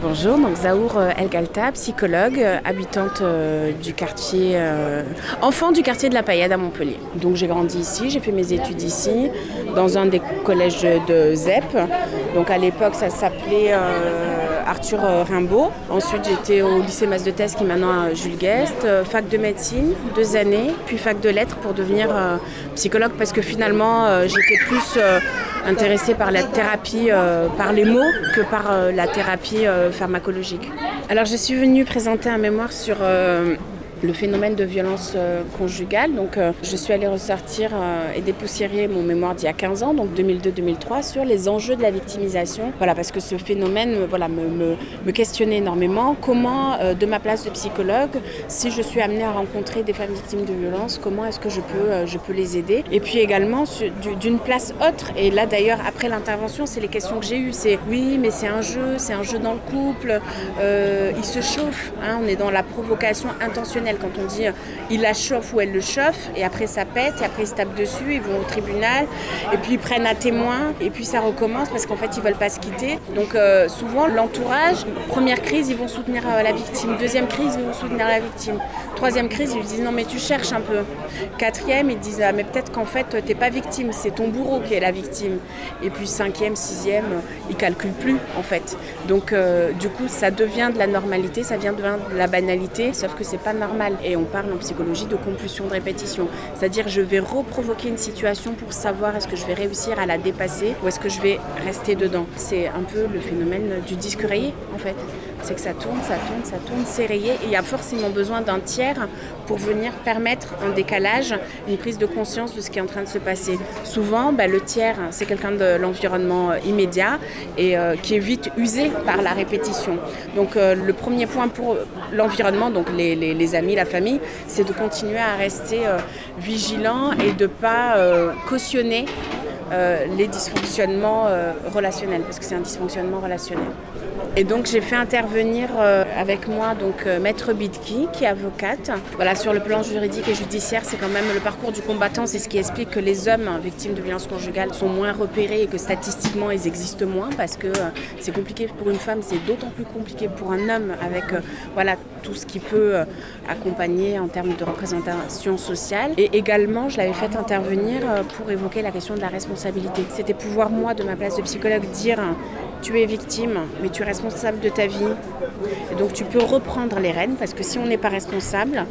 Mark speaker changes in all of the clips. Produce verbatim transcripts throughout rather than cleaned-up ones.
Speaker 1: Bonjour, donc Zahour El Galta, psychologue, euh, habitante euh, du quartier, euh, enfant du quartier de la Paillade à Montpellier. Donc j'ai grandi ici, j'ai fait mes études ici, dans un des collèges de Z E P. Donc à l'époque ça s'appelait euh, Arthur Rimbaud. Ensuite j'étais au lycée Mas de Thèse qui est maintenant à Jules Guest, euh, fac de médecine, deux années, puis fac de lettres pour devenir euh, psychologue parce que finalement euh, j'étais plus euh, intéressée par la thérapie, euh, par les mots que par euh, la thérapie euh, pharmacologique. Alors je suis venue présenter un mémoire sur euh, le phénomène de violence euh, conjugale. Donc euh, je suis allée ressortir euh, et dépoussiérer mon mémoire d'il y a quinze ans, donc deux mille deux deux mille trois, sur les enjeux de la victimisation. Voilà, parce que ce phénomène voilà, me, me, me questionnait énormément. Comment, euh, de ma place de psychologue, si je suis amenée à rencontrer des femmes victimes de violence, comment est-ce que je peux, euh, je peux les aider? Et puis également d'une place autre. Et là d'ailleurs, après l'intervention, c'est les questions que j'ai eues. C'est oui, mais c'est un jeu, c'est un jeu dans le couple, euh, il se chauffe, hein, on est dans la provocation intentionnelle. Quand on dit euh, il la chauffe ou elle le chauffe, et après ça pète, et après ils se tapent dessus, ils vont au tribunal, et puis ils prennent à témoin, et puis ça recommence parce qu'en fait ils veulent pas se quitter. Donc euh, souvent l'entourage, première crise ils vont soutenir euh, la victime, deuxième crise ils vont soutenir la victime, troisième crise ils disent non mais tu cherches un peu, quatrième ils disent ah, mais peut-être qu'en fait t'es pas victime, c'est ton bourreau qui est la victime, et puis cinquième, sixième euh, ils calculent plus en fait. Donc euh, du coup ça devient de la normalité, ça vient de la banalité, sauf que c'est pas normal. Et on parle en psychologie de compulsion de répétition. C'est-à-dire je vais reprovoquer une situation pour savoir est-ce que je vais réussir à la dépasser ou est-ce que je vais rester dedans. C'est un peu le phénomène du disque rayé en fait. C'est que ça tourne, ça tourne, ça tourne, c'est rayé. Et il y a forcément besoin d'un tiers pour venir permettre un décalage, une prise de conscience de ce qui est en train de se passer. Souvent, bah, le tiers, c'est quelqu'un de l'environnement immédiat et euh, qui est vite usé par la répétition. Donc euh, le premier point pour l'environnement, donc les, les, les amis, la famille, c'est de continuer à rester euh, vigilant et de ne pas euh, cautionner euh, les dysfonctionnements euh, relationnels, parce que c'est un dysfonctionnement relationnel. Et donc j'ai fait intervenir euh, avec moi donc euh, Maître Bidki, qui est avocate. Voilà, sur le plan juridique et judiciaire, c'est quand même le parcours du combattant, c'est ce qui explique que les hommes hein, victimes de violences conjugales sont moins repérés et que statistiquement ils existent moins, parce que euh, c'est compliqué pour une femme, c'est d'autant plus compliqué pour un homme avec euh, voilà tout ce qui peut euh, accompagner en termes de représentation sociale. Et également, je l'avais fait intervenir euh, pour évoquer la question de la responsabilité. C'était pouvoir moi, de ma place de psychologue, dire tu es victime, mais tu es responsable de ta vie. Et donc tu peux reprendre les rênes, parce que si on n'est pas responsable,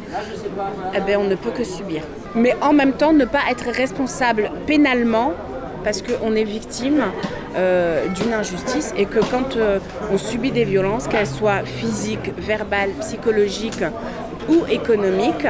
Speaker 1: eh ben, on ne peut que subir. Mais en même temps, ne pas être responsable pénalement, parce qu'on est victime euh, d'une injustice et que quand euh, on subit des violences, qu'elles soient physiques, verbales, psychologiques ou économiques,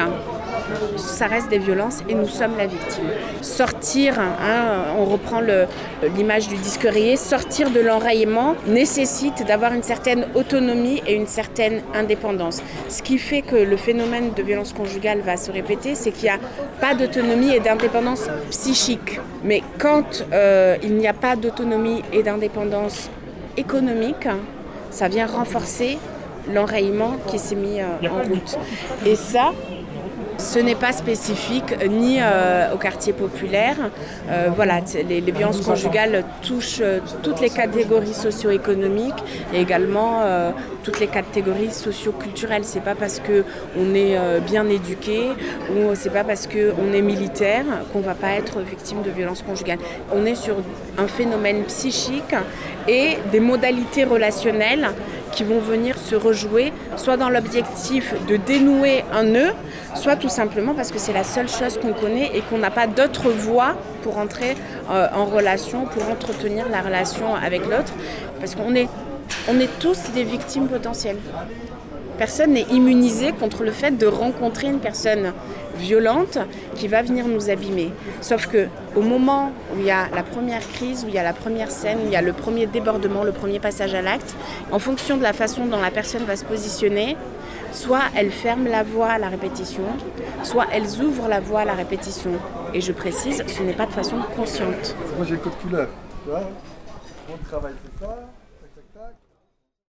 Speaker 1: ça reste des violences et nous sommes la victime. Sortir, hein, on reprend le, l'image du disque rayé, sortir de l'enrayement nécessite d'avoir une certaine autonomie et une certaine indépendance. Ce qui fait que le phénomène de violence conjugale va se répéter, c'est qu'il n'y a pas d'autonomie et d'indépendance psychique. Mais quand euh, il n'y a pas d'autonomie et d'indépendance économique, ça vient renforcer l'enrayement qui s'est mis euh, en route. Et ça, ce n'est pas spécifique ni euh, au quartier populaire. Euh, voilà, les, les violences conjugales touchent euh, toutes les catégories socio-économiques et également euh, toutes les catégories socio-culturelles. C'est pas parce qu'on est euh, bien éduqué ou c'est pas parce qu'on est militaire qu'on va pas être victime de violences conjugales. On est sur un phénomène psychique et des modalités relationnelles qui vont venir se rejouer, soit dans l'objectif de dénouer un nœud, soit tout simplement parce que c'est la seule chose qu'on connaît et qu'on n'a pas d'autre voie pour entrer euh, en relation, pour entretenir la relation avec l'autre, parce qu'on est, on est tous des victimes potentielles. Personne n'est immunisé contre le fait de rencontrer une personne violente qui va venir nous abîmer. Sauf qu'au moment où il y a la première crise, où il y a la première scène, où il y a le premier débordement, le premier passage à l'acte, en fonction de la façon dont la personne va se positionner, soit elle ferme la voie à la répétition, soit elles ouvrent la voie à la répétition. Et je précise, ce n'est pas de façon consciente.
Speaker 2: Moi j'ai le code couleur, tu vois, mon travail c'est ça.